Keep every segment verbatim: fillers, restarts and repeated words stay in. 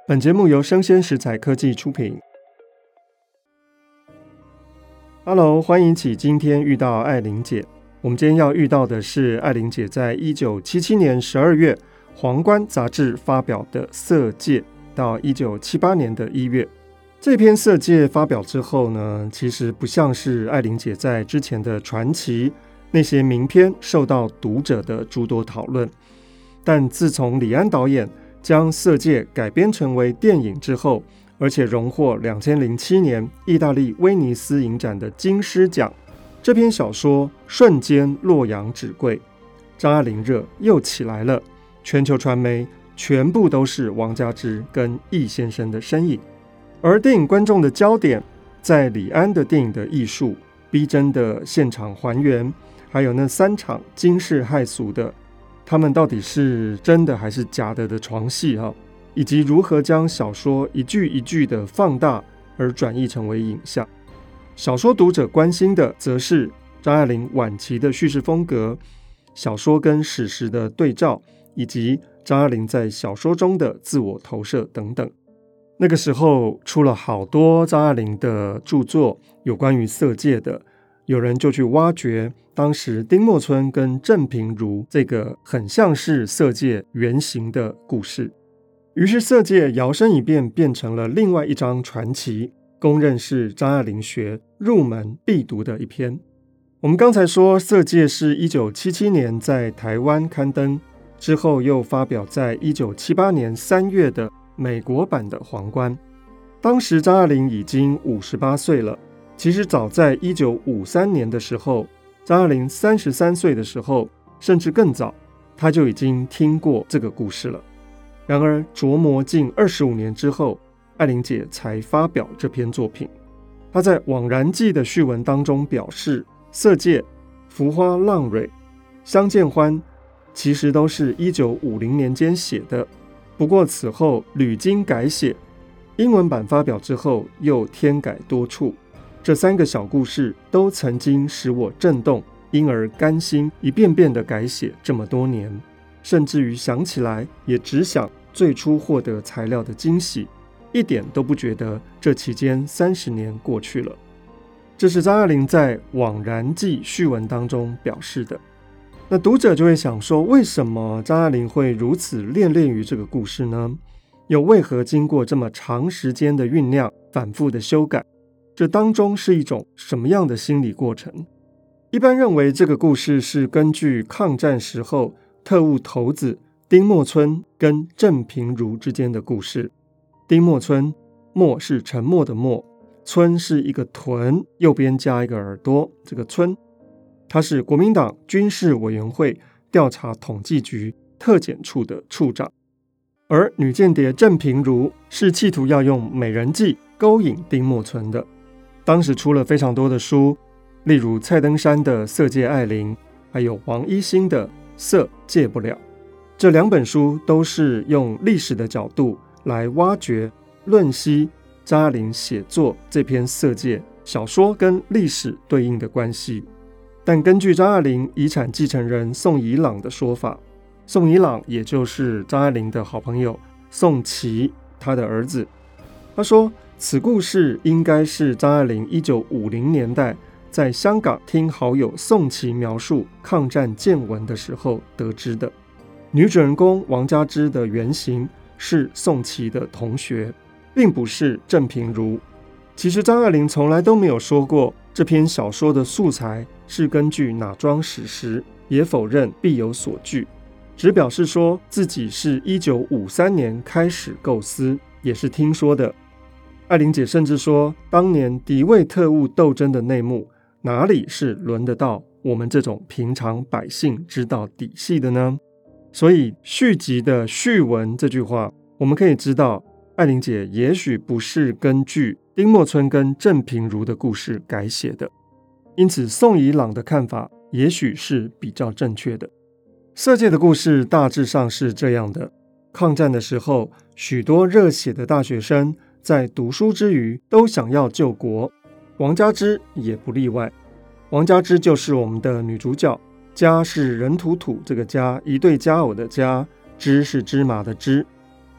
本节目由生鲜食材科技出品。Hello， 欢迎起今天遇到艾琳姐。我们今天要遇到的是艾琳姐在一九七七年十二月皇冠杂志发表的《色戒》，到一九七八年的一月。这篇《色戒》发表之后呢，其实不像是艾琳姐在之前的传奇那些名篇受到读者的诸多讨论，但自从李安导演将《色戒》改编成为电影之后，而且荣获二零零七年意大利威尼斯影展的金狮奖，这篇小说瞬间洛阳纸贵，张爱玲热又起来了，全球传媒全部都是王佳芝跟易先生的身影，而电影观众的焦点在李安的电影的艺术、逼真的现场还原，还有那三场惊世骇俗的他们到底是真的还是假的的床戏、啊、以及如何将小说一句一句的放大而转译成为影像。小说读者关心的则是张爱玲晚期的叙事风格、小说跟史实的对照，以及张爱玲在小说中的自我投射等等。那个时候出了好多张爱玲的著作，有关于色戒的，有人就去挖掘当时丁默村跟郑平如这个很像是色戒原型的故事，于是色戒摇身一变变成了另外一张传奇，公认是张爱玲学入门必读的一篇。我们刚才说色戒是一九七七年在台湾刊登，之后又发表在一九七八年三月的美国版的皇冠。当时张爱玲已经五十八岁了，其实早在一九五三年的时候，张爱玲三十三岁的时候，甚至更早，她就已经听过这个故事了。然而琢磨近二十五年之后，艾琳姐才发表这篇作品。她在《惘然记》的序文当中表示，色戒、浮花浪蕊、相见欢其实都是一九五零年间写的，不过此后屡经改写，英文版发表之后又添改多处。这三个小故事都曾经使我震动，因而甘心一遍遍的改写这么多年，甚至于想起来也只想最初获得材料的惊喜，一点都不觉得这期间三十年过去了。这是张爱玲在《惘然记》序文当中表示的。那读者就会想说，为什么张爱玲会如此恋恋于这个故事呢？又为何经过这么长时间的酝酿、反复的修改？这当中是一种什么样的心理过程？一般认为这个故事是根据抗战时候特务头子丁默村跟郑平如之间的故事。丁默村，默是沉默的默，村是一个屯，右边加一个耳朵，这个村，他是国民党军事委员会调查统计局特检处的处长。而女间谍郑平如是企图要用美人计勾引丁默村的。当时出了非常多的书，例如蔡登山的《色戒爱玲》，还有王一新的《色戒不了》。这两本书都是用历史的角度来挖掘、论析张爱玲写作这篇《色戒》小说跟历史对应的关系。但根据张爱玲遗产继承人宋怡朗的说法，宋怡朗也就是张爱玲的好朋友宋琦他的儿子，他说此故事应该是张爱玲一九五零年代在香港听好友宋琦描述抗战见闻的时候得知的。女主人公王佳芝的原型是宋琦的同学，并不是郑平如。其实张爱玲从来都没有说过这篇小说的素材是根据哪桩史实，也否认必有所据，只表示说自己是一九五三年开始构思，也是听说的。艾琳姐甚至说，当年敌卫特务斗争的内幕，哪里是轮得到我们这种平常百姓知道底细的呢？所以续集的序文这句话，我们可以知道，艾琳姐也许不是根据丁默村跟郑平如的故事改写的，因此宋怡朗的看法也许是比较正确的。色戒的故事大致上是这样的：抗战的时候，许多热血的大学生在读书之余都想要救国，王佳芝也不例外。王佳芝就是我们的女主角，家是人土土这个家，一对佳偶的家，芝是芝麻的芝。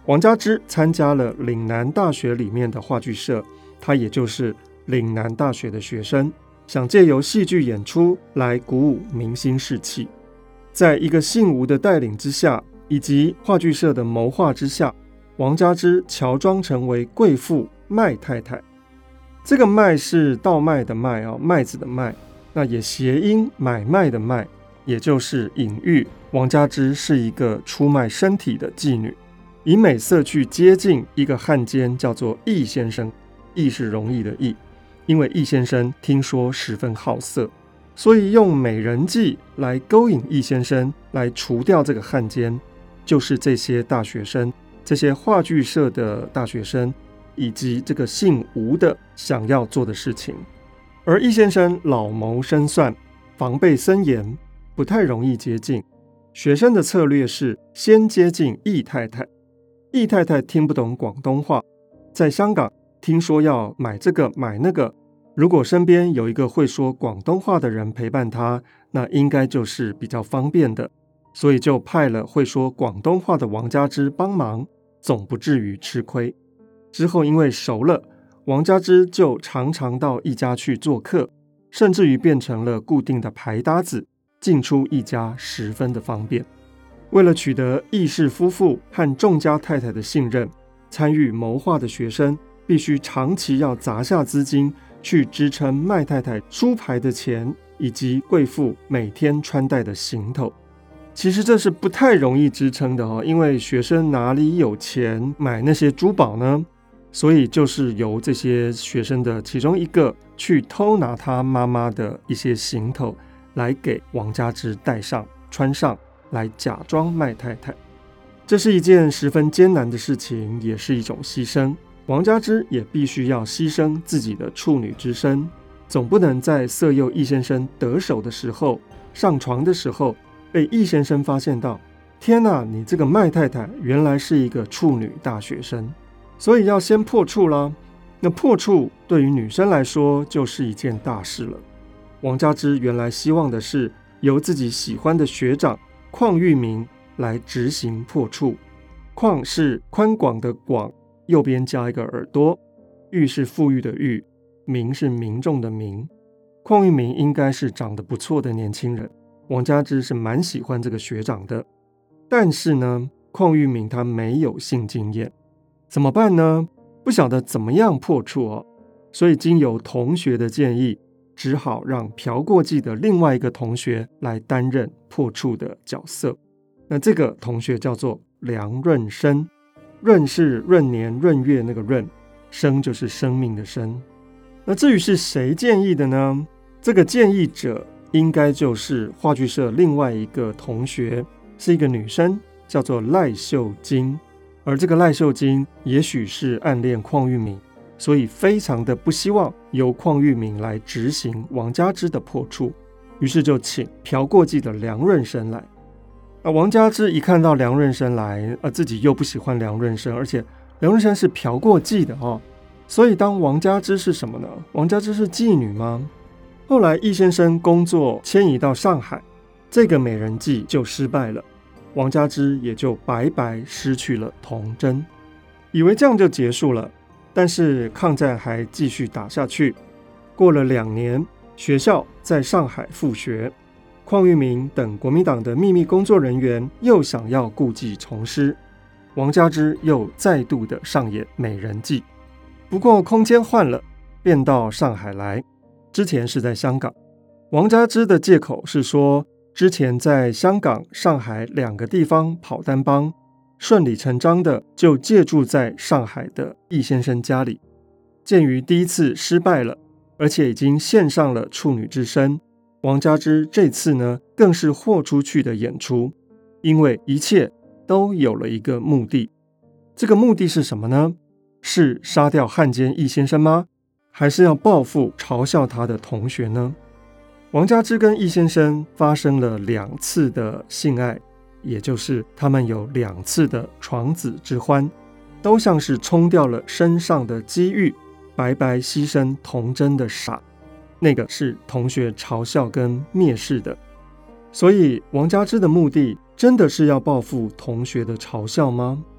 王佳芝参加了岭南大学里面的话剧社，他也就是岭南大学的学生，想借由戏剧演出来鼓舞民心士气。在一个姓吴的带领之下，以及话剧社的谋划之下，王佳芝乔装成为贵妇麦太太。这个麦是稻麦的麦、哦、麦子的麦，那也谐音买卖的卖，也就是隐喻王佳芝是一个出卖身体的妓女，以美色去接近一个汉奸，叫做易先生。易是容易的易，因为易先生听说十分好色，所以用美人计来勾引易先生，来除掉这个汉奸，就是这些大学生，这些话剧社的大学生，以及这个姓吴的想要做的事情。而易先生老谋深算，防备森严，不太容易接近。学生的策略是先接近易太太。易太太听不懂广东话，在香港听说要买这个买那个，如果身边有一个会说广东话的人陪伴他，那应该就是比较方便的，所以就派了会说广东话的王佳芝帮忙，总不至于吃亏。之后因为熟了，王佳芝就常常到易家去做客，甚至于变成了固定的牌搭子，进出易家十分的方便。为了取得易氏夫妇和众家太太的信任，参与谋划的学生必须长期要砸下资金去支撑麦太太出牌的钱，以及贵妇每天穿戴的行头。其实这是不太容易支撑的哦，因为学生哪里有钱买那些珠宝呢？所以就是由这些学生的其中一个去偷拿他妈妈的一些行头，来给王佳芝戴上穿上，来假装麦太太。这是一件十分艰难的事情，也是一种牺牲。王佳芝也必须要牺牲自己的处女之身，总不能在色诱易先生得手的时候，上床的时候被易先生发现到，天哪，你这个麦太太原来是一个处女大学生，所以要先破处啦。那破处对于女生来说就是一件大事了。王佳芝原来希望的是由自己喜欢的学长邝裕民来执行破处。邝是宽广的广，右边加一个耳朵，裕是富裕的裕，民是民众的民。邝裕民应该是长得不错的年轻人，王佳芝是蛮喜欢这个学长的。但是呢，邝裕民他没有性经验，怎么办呢？不晓得怎么样破处哦，所以经由同学的建议，只好让嫖过妓的另外一个同学来担任破处的角色。那这个同学叫做梁润生，润是闰年闰月那个闰，生就是生命的生。那至于是谁建议的呢？这个建议者应该就是话剧社另外一个同学，是一个女生，叫做赖秀晶。而这个赖秀晶也许是暗恋邝裕民，所以非常的不希望由邝裕民来执行王佳芝的破处，于是就请嫖过妓的梁润生来。啊，王佳芝一看到梁润生来，啊，自己又不喜欢梁润生，而且梁润生是嫖过妓的哦，所以当王佳芝是什么呢？王佳芝是妓女吗？后来易先生工作迁移到上海，这个美人计就失败了，王佳芝也就白白失去了童真，以为这样就结束了。但是抗战还继续打下去，过了两年，学校在上海复学，邝裕民等国民党的秘密工作人员又想要故技重施，王佳芝又再度的上演美人计。不过空间换了，变到上海来，之前是在香港。王佳芝的借口是说，之前在香港、上海两个地方跑单帮，顺理成章的就借住在上海的易先生家里。鉴于第一次失败了，而且已经献上了处女之身，王佳芝这次呢更是豁出去的演出，因为一切都有了一个目的。这个目的是什么呢？是杀掉汉奸易先生吗？还是要报复嘲笑他的同学呢？王佳芝跟易先生发生了两次的性爱，也就是他们有两次的床子之欢，都像是冲掉了身上的机遇，白白牺牲童真的傻，那个是同学嘲笑跟蔑视的。所以王佳芝的目的真的是要报复同学的嘲笑吗？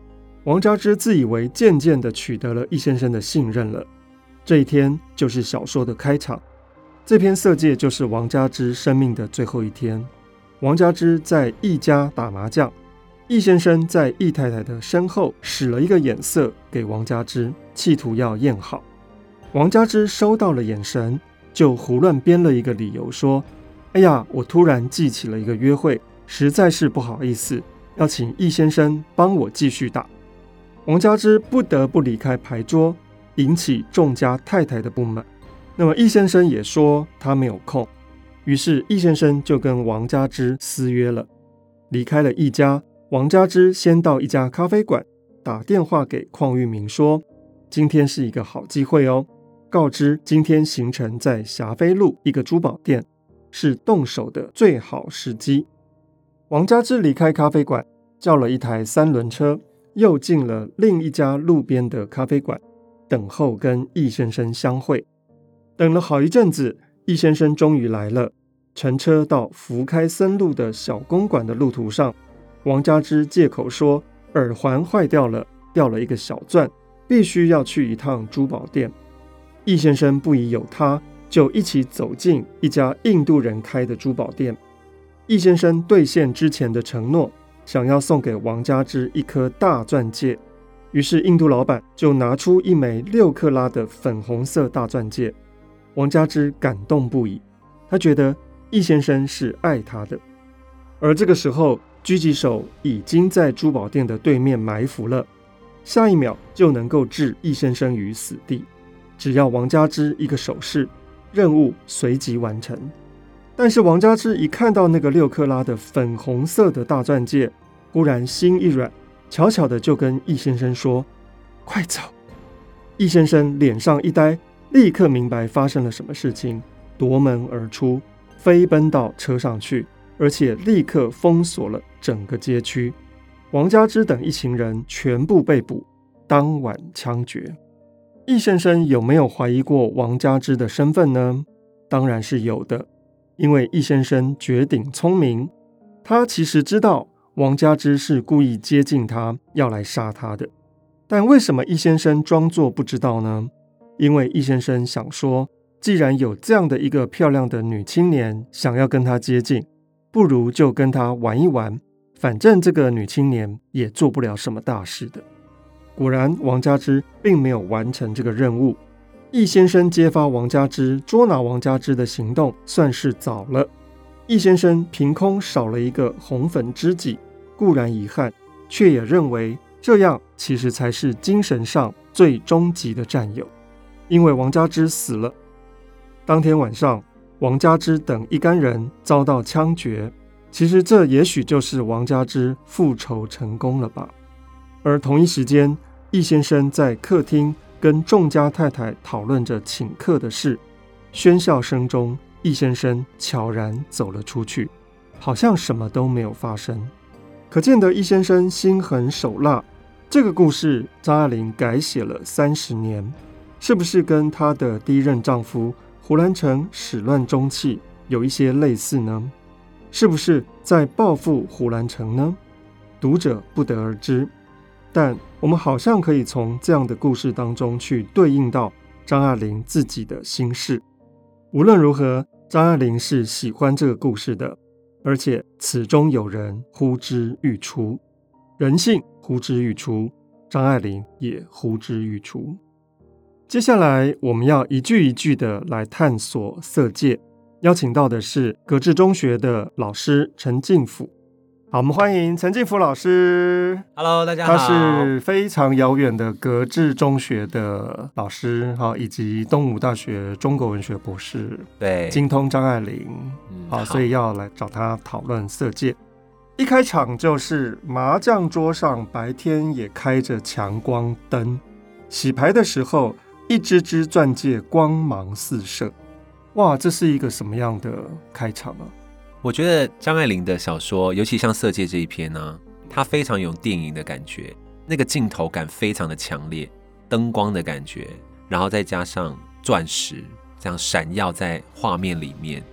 王佳芝自以为渐渐地取得了易先生的信任了。这一天就是小说的开场，这篇色戒就是王佳芝生命的最后一天。王佳芝在易家打麻将，易先生在易太太的身后使了一个眼色给王佳芝，企图要验好。王佳芝收到了眼神，就胡乱编了一个理由说，哎呀，我突然记起了一个约会，实在是不好意思，要请易先生帮我继续打。王佳芝不得不离开牌桌，引起众家太太的不满。那么易先生也说他没有空，于是易先生就跟王佳芝私约了。离开了易家，王佳芝先到一家咖啡馆，打电话给邝裕民说，今天是一个好机会哦，告知今天行程在霞飞路一个珠宝店，是动手的最好时机。王佳芝离开咖啡馆，叫了一台三轮车，又进了另一家路边的咖啡馆，等候跟易先生相会。等了好一阵子，易先生终于来了。乘车到福开森路的小公馆的路途上，王佳芝借口说耳环坏掉了，掉了一个小钻，必须要去一趟珠宝店。易先生不疑有他，就一起走进一家印度人开的珠宝店。易先生兑现之前的承诺，想要送给王佳芝一颗大钻戒，于是印度老板就拿出一枚六克拉的粉红色大钻戒。王佳芝感动不已，他觉得易先生是爱他的。而这个时候，狙击手已经在珠宝店的对面埋伏了，下一秒就能够置易先生于死地。只要王佳芝一个手势，任务随即完成。但是王佳芝一看到那个六克拉的粉红色的大钻戒，忽然心一软，悄悄的就跟易先生说，快走。易先生脸上一呆，立刻明白发生了什么事情，夺门而出，飞奔到车上去，而且立刻封锁了整个街区。王佳芝等一行人全部被捕，当晚枪决。易先生有没有怀疑过王佳芝的身份呢？当然是有的，因为易先生绝顶聪明，他其实知道王佳芝是故意接近他，要来杀他的。但为什么易先生装作不知道呢？因为易先生想说，既然有这样的一个漂亮的女青年想要跟他接近，不如就跟他玩一玩，反正这个女青年也做不了什么大事的。果然王佳芝并没有完成这个任务，易先生揭发王佳芝捉拿王佳芝的行动算是早了。易先生凭空少了一个红粉知己，固然遗憾，却也认为这样其实才是精神上最终极的战友。因为王佳芝死了，当天晚上王佳芝等一干人遭到枪决，其实这也许就是王佳芝复仇成功了吧。而同一时间，易先生在客厅跟众家太太讨论着请客的事，喧笑声中，易先生悄然走了出去，好像什么都没有发生。可见得易先生心狠手辣。这个故事张爱玲改写了三十年，是不是跟她的第一任丈夫胡兰成始乱终弃有一些类似呢？是不是在报复胡兰成呢？读者不得而知，但我们好像可以从这样的故事当中去对应到张爱玲自己的心事。无论如何，张爱玲是喜欢这个故事的，而且此中有人呼之欲出，人性呼之欲出，张爱玲也呼之欲出。接下来我们要一句一句的来探索色戒，邀请到的是格致中学的老师陈进甫。好，我们欢迎陈进甫老师。 Hello， 大家好。 他是非常遥远的格致中学的老师，以及东吴大学中国文学博士， 对， 精通张爱玲、 嗯、 好，所以要来找他讨论色戒。一开场就是麻将桌上白天也开着强光灯，洗牌的时候一支支钻戒光芒四射。哇，这是一个什么样的开场啊？ 我觉得张爱玲的小说，尤其像《色戒》这一篇呢、啊，它非常有电影的感觉，那个镜头感非常的强烈，灯光的感觉，然后再加上钻石这样闪耀在画面里面，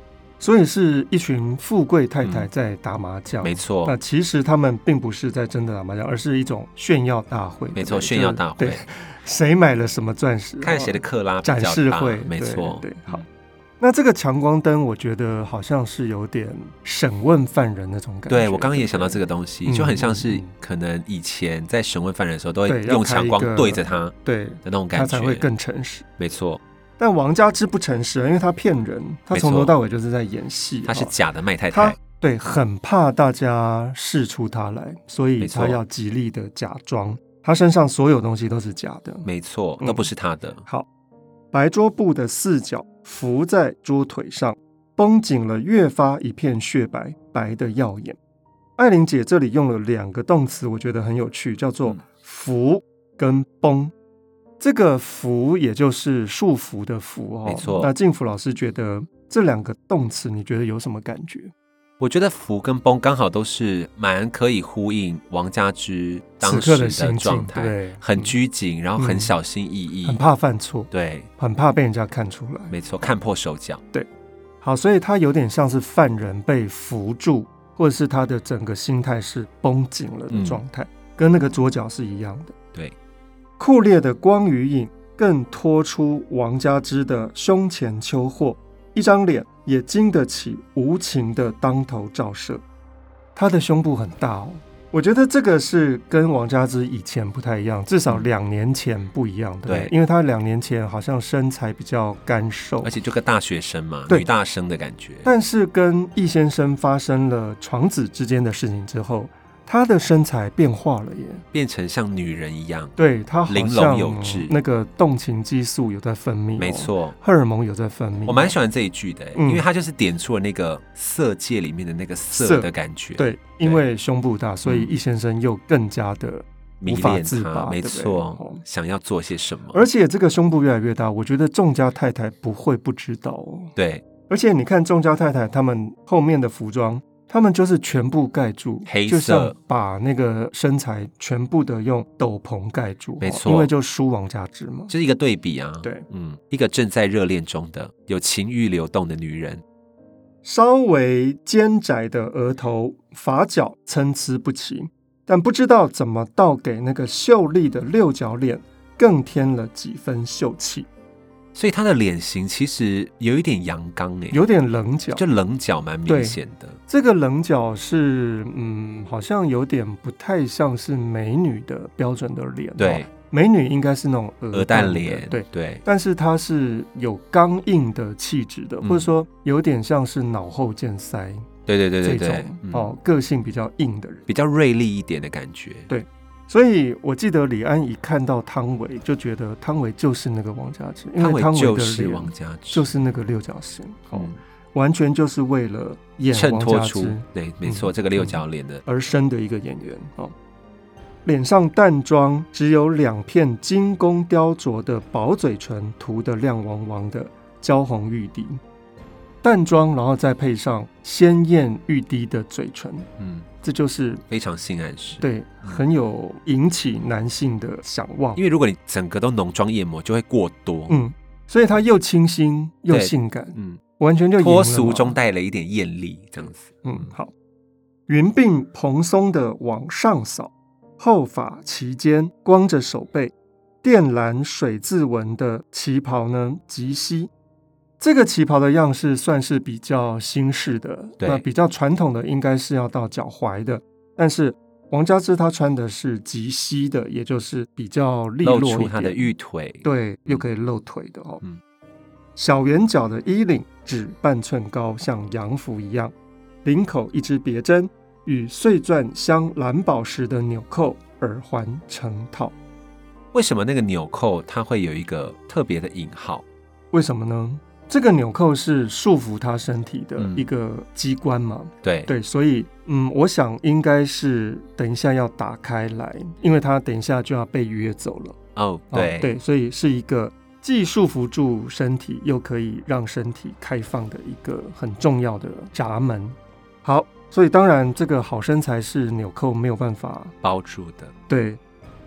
所以是一群富贵太太在打麻将、 嗯、没错。 那其实他们并不是在真的打麻将，而是一种炫耀大会。 没错，炫耀大会。 对，谁买了什么钻石， 看谁的克拉比较大， 展示会。 没错。 对，对，好。那这个强光灯，我觉得好像是有点审问犯人那种感觉。 对，我刚刚也想到这个东西，就很像是可能以前在审问犯人的时候，都会用强光对着他， 对的那种感觉， 他才会更诚实。 没错。 但王佳芝不诚实，因为他骗人，他从头到尾就是在演戏， 他是假的麦太太。 对，很怕大家视出他来，所以他要极力的假装，他身上所有东西都是假的。 没错，都不是他的。 嗯、好。白桌布的四角浮在桌腿上，绷紧了，越发一片雪白，白的耀眼。艾琳姐这里用了两个动词，我觉得很有趣，叫做浮跟绷。这个浮也就是束缚的缚哦。 没错。 那静福老师觉得这两个动词，你觉得有什么感觉？ 我觉得浮跟绷刚好都是蛮可以呼应王佳芝当时的状态， 对， 很拘谨，然后很小心翼翼、嗯， 很怕犯错， 对， 很怕被人家看出来， 没错，看破手脚， 对。好，所以他有点像是犯人被扶住，或者是他的整个心态是绷紧了的状态、嗯，跟那个桌角是一样的。 对， 酷烈的光与影更拖出王佳芝的胸前秋货。一张脸也经得起无情的当头照射，他的胸部很大哦，我觉得这个是跟王佳芝以前不太一样，至少两年前不一样的、嗯，对，因为他两年前好像身材比较干瘦， 而且就个大学生嘛，女大生的感觉。 但是跟易先生发生了床子之间的事情之后，她的身材变化了耶， 变成像女人一样， 对，她好像玲珑有致， 那个动情激素有在分泌、哦， 没错， 荷尔蒙有在分泌。 我蛮喜欢这一句的、嗯，因为它就是点出了那个色戒里面的那个色的感觉。 对，因为胸部大，所以易先生又更加的无法自拔， 没错、哦，想要做些什么。 而且这个胸部越来越大，我觉得仲家太太不会不知道哦。 对， 而且你看仲家太太他们后面的服装。他们就是全部盖住， 黑色， 就像把那个身材全部的用斗篷盖住， 没错， 因为就输王佳芝嘛， 就是一个对比啊。 对， 嗯，一个正在热恋中的有情欲流动的女人， 稍微尖窄的额头，发角参差不齐，但不知道怎么倒给那个秀丽的六角脸更添了几分秀气。 所以他的脸型其实有一点阳刚诶， 有点棱角， 就棱角蛮明显的。 这个棱角是，嗯，好像有点不太像是美女的标准的脸。 对， 美女应该是那种鹅蛋脸， 对对。 但是它是有刚硬的气质的、嗯，或者说有点像是脑后见腮。 对对对对对， 这种、嗯、哦，个性比较硬的人， 比较锐利一点的感觉。 对。所以我记得李安一看到汤唯就觉得汤唯就是那个王佳芝，因为汤唯的脸王佳芝就是那个六角形、哦嗯、完全就是为了演衬托出出对没错、嗯、这个六角脸的、 嗯、而生的一个演员、哦、脸上淡妆只有两片精工雕琢的薄嘴唇涂得亮汪汪的娇红欲滴，淡妆然后再配上鲜艳欲滴的嘴唇，嗯，这就是非常性暗示， 对，很有引起男性的想望。 因为如果你整个都浓妆艳抹，就会过多， 嗯，所以它又清新又性感，嗯，完全就脱俗中带了一点艳丽，这样子， 嗯，好。云鬓蓬松的往上扫，后发齐肩，光着手背，靛蓝水字纹的旗袍呢，及膝。这个旗袍的样式算是比较新式的，那比较传统的应该是要到脚踝的，但是王佳芝她穿的是及膝的，也就是比较利落一点， 露出她的玉腿， 对，又可以露腿的哦。嗯、小圆角的衣领只半寸高，像洋服一样，领口一支别针，与碎钻镶蓝宝石的纽扣耳环成套。 为什么那个纽扣它会有一个特别的引号？ 为什么呢？这个纽扣是束缚他身体的一个机关嘛、嗯、 对对，所以嗯，我想应该是等一下要打开来，因为他等一下就要被约走了哦，对、 哦、对，所以是一个既束缚住身体又可以让身体开放的一个很重要的闸门。好，所以当然这个好身材是纽扣没有办法包住的， 对。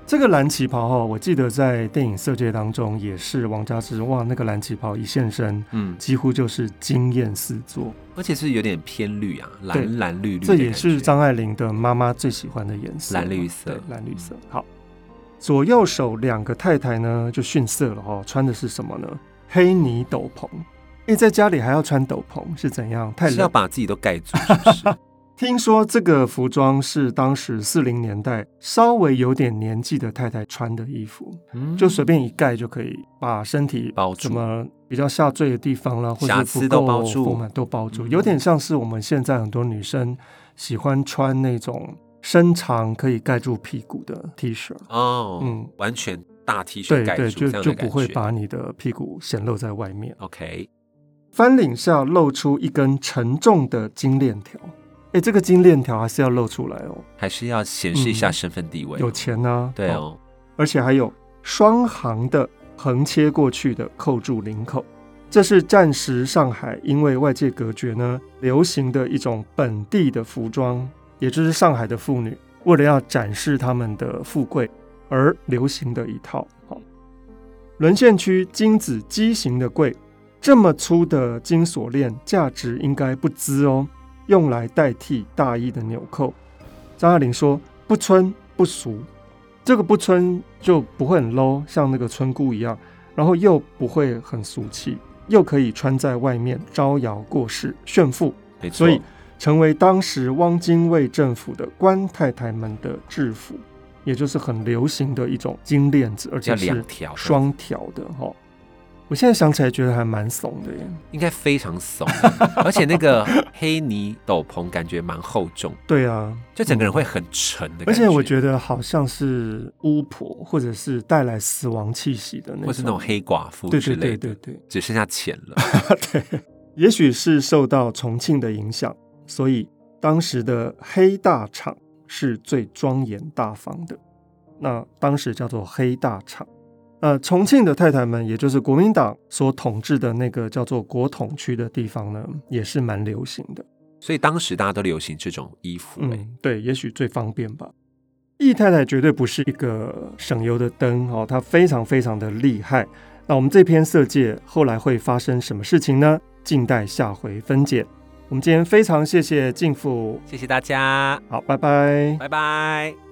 这个蓝旗袍哈，我记得在电影《色戒》当中也是王佳芝，哇，那个蓝旗袍一现身，嗯，几乎就是惊艳四座， 而且是有点偏绿啊，蓝蓝绿绿的这也是张爱玲的妈妈最喜欢的颜色， 蓝绿色， 对，蓝绿色。好，左右手两个太太呢就逊色了哈，穿的是什么呢？黑呢斗篷。哎，在家里还要穿斗篷是怎样？太冷， 是要把自己都盖住，是不是？ 听说这个服装是当时四零年代稍微有点年纪的太太穿的衣服，嗯、就随便一盖就可以把身体包住， 什么比较下坠的地方啦，或者不够包住， 都包住，有点像是我们现在很多女生喜欢穿那种身长可以盖住屁股的 T 恤哦，嗯，完全大 T 恤盖住， 对对，就就不会把你的屁股显露在外面。 OK， 翻领下露出一根沉重的金链条。哎，这个金链条还是要露出来哦， 还是要显示一下身份地位、哦嗯，有钱啊， 对哦， 哦，而且还有双行的横切过去的扣住领口，这是战时上海因为外界隔绝呢，流行的一种本地的服装，也就是上海的妇女为了要展示他们的富贵而流行的一套。好，沦陷区金子畸形的贵，这么粗的金锁链价值应该不资哦。用来代替大衣的纽扣，张爱玲说不村不俗，这个不村就不会很 low， 像那个村姑一样，然后又不会很俗气，又可以穿在外面招摇过市炫富，所以成为当时汪精卫政府的官太太们的制服，也就是很流行的一种金链子，而且是双条的哈。我现在想起来觉得还蛮怂的耶， 应该非常怂，而且那个黑呢斗篷感觉蛮厚重， 对啊， 就整个人会很沉的感觉、嗯、 而且我觉得好像是巫婆或者是带来死亡气息的那种， 或是那种黑寡妇之类的， 对对对对对， 只剩下钱了。 对，也许是受到重庆的影响，所以当时的黑大厂是最庄严大方的，那当时叫做黑大厂。呃，重庆的太太们，也就是国民党所统治的那个叫做国统区的地方呢，也是蛮流行的。 所以当时大家都流行这种衣服、欸嗯，对，也许最方便吧。易太太绝对不是一个省油的灯哦，她非常非常的厉害。那我们这篇色戒后来会发生什么事情呢？静待下回分解。我们今天非常谢谢静父， 谢谢大家， 好，拜拜， 拜拜。